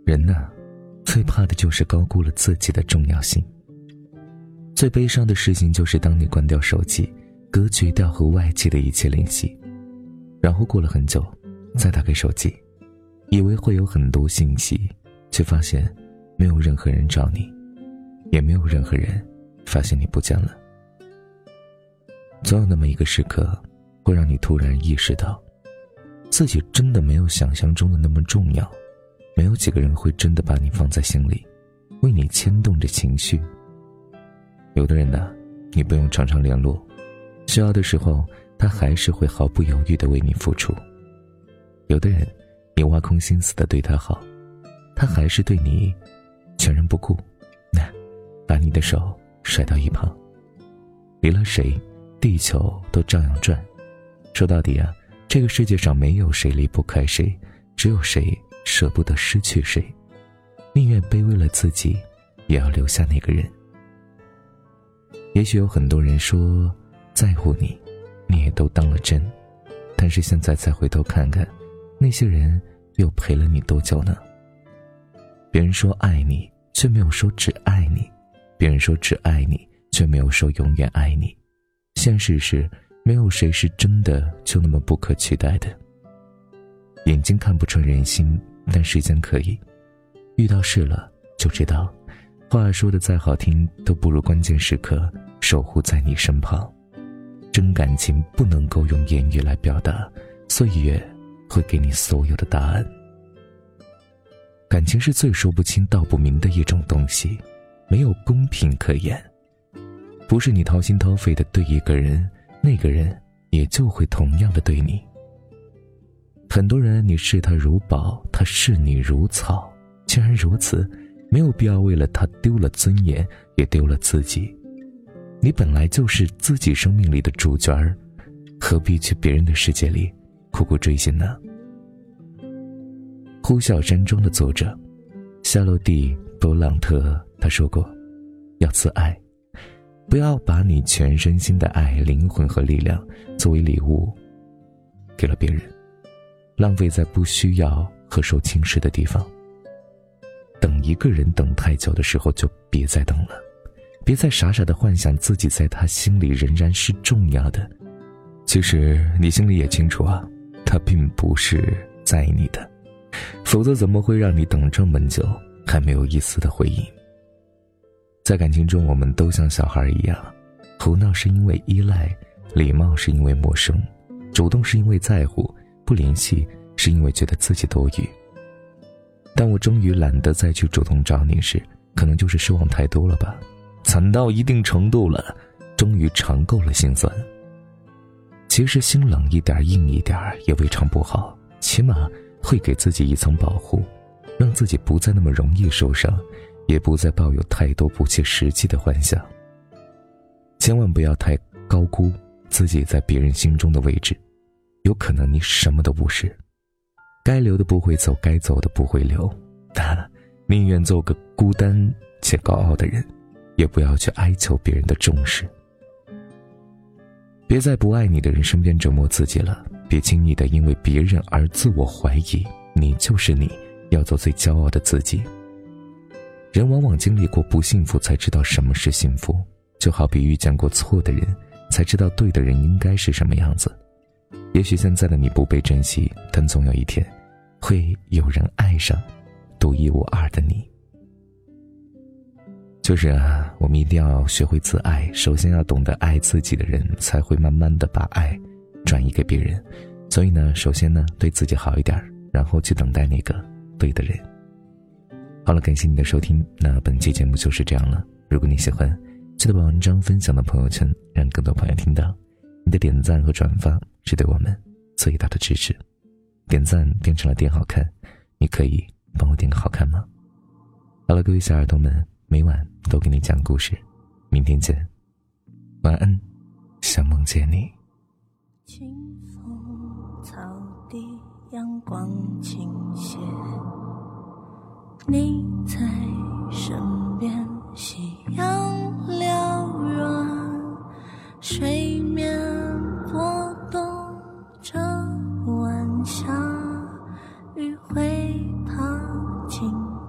人呢，最怕的就是高估了自己的重要性。最悲伤的事情就是当你关掉手机，隔绝掉和外界的一切联系，然后过了很久再打开手机，以为会有很多信息，却发现没有任何人找你，也没有任何人发现你不见了。总有那么一个时刻，会让你突然意识到，自己真的没有想象中的那么重要，没有几个人会真的把你放在心里，为你牵动着情绪。有的人呢，你不用常常联络，需要的时候他还是会毫不犹豫地为你付出。有的人，你挖空心思地对他好，他还是对你全然不顾，把你的手甩到一旁。离了谁，地球都照样转。说到底啊，这个世界上没有谁离不开谁，只有谁舍不得失去谁，宁愿卑微了自己，也要留下那个人。也许有很多人说在乎你，你也都当了真，但是现在再回头看看，那些人又陪了你多久呢？别人说爱你，却没有说只爱你；别人说只爱你，却没有说永远爱你。现实是，没有谁是真的就那么不可取代的。眼睛看不穿人心，但时间可以。遇到事了就知道，话说的再好听，都不如关键时刻守护在你身旁。真感情不能够用言语来表达，岁月会给你所有的答案。感情是最说不清道不明的一种东西，没有公平可言。不是你掏心掏肺的对一个人，那个人也就会同样的对你。很多人你视他如宝，他视你如草，既然如此，没有必要为了他丢了尊严，也丢了自己。你本来就是自己生命里的主角儿，何必去别人的世界里苦苦追寻呢？呼啸山庄的作者夏洛蒂·勃朗特他说过，要自爱，不要把你全身心的爱、灵魂和力量作为礼物给了别人，浪费在不需要和受轻视的地方。等一个人等太久的时候，就别再等了，别再傻傻的幻想自己在他心里仍然是重要的。其实你心里也清楚啊，他并不是在意你的，否则怎么会让你等这么久还没有一丝的回应。在感情中，我们都像小孩一样，胡闹是因为依赖，礼貌是因为陌生，主动是因为在乎，不联系是因为觉得自己多余。但我终于懒得再去主动找你时，可能就是失望太多了吧，惨到一定程度了，终于尝够了心酸。其实心冷一点硬一点也未尝不好，起码会给自己一层保护，让自己不再那么容易受伤，也不再抱有太多不切实际的幻想。千万不要太高估自己在别人心中的位置，有可能你什么都不是。该留的不会走，该走的不会留，宁愿做个孤单且高傲的人，也不要去哀求别人的重视。别在不爱你的人身边折磨自己了，别轻易的因为别人而自我怀疑，你就是你，要做最骄傲的自己。人往往经历过不幸福才知道什么是幸福，就好比遇见过错的人才知道对的人应该是什么样子。也许现在的你不被珍惜，但总有一天会有人爱上独一无二的你。就是啊，我们一定要学会自爱，首先要懂得爱自己的人，才会慢慢的把爱转移给别人。所以呢，首先呢，对自己好一点，然后去等待那个对的人。好了，感谢你的收听，那本期节目就是这样了。如果你喜欢，记得把文章分享到朋友圈，让更多朋友听到。你的点赞和转发是对我们最大的支持。点赞变成了点好看，你可以帮我点个好看吗？好了，各位小耳朵们，每晚都给你讲故事，明天见，晚安，想梦见你。 清风草地，阳光倾斜，你在身边，夕阳缭绕，水面波动着晚霞，余晖爬进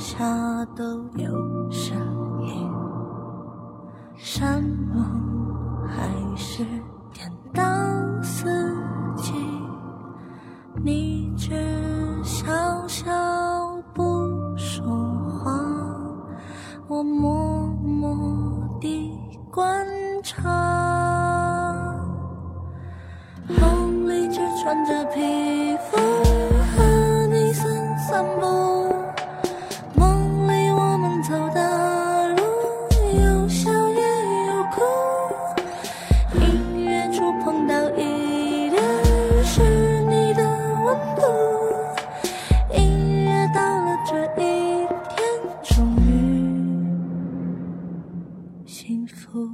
下都有声音，山盟还是颠倒四季，你只笑笑不说话，我默默地观察，梦里只穿着皮肤和你散步，梦里我们走的路有笑也有哭，音乐触碰到一点是你的温度，音乐到了这一天终于幸福。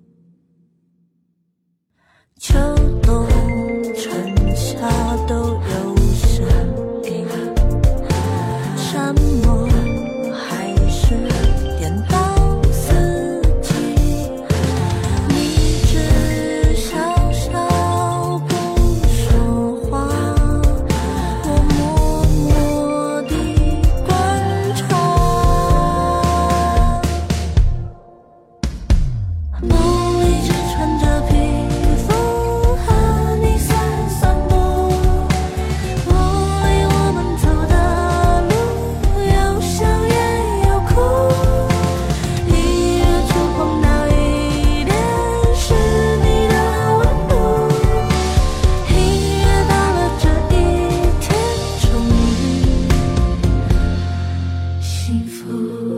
秋冬春夏都有声音，山盟还是颠倒四季，你只笑笑不说话，我默默地观察，梦里只穿着皮肤和你散步，梦里我们走的路有笑也有哭，音乐触碰到一点是你的温度，音乐到了这一天终于幸福。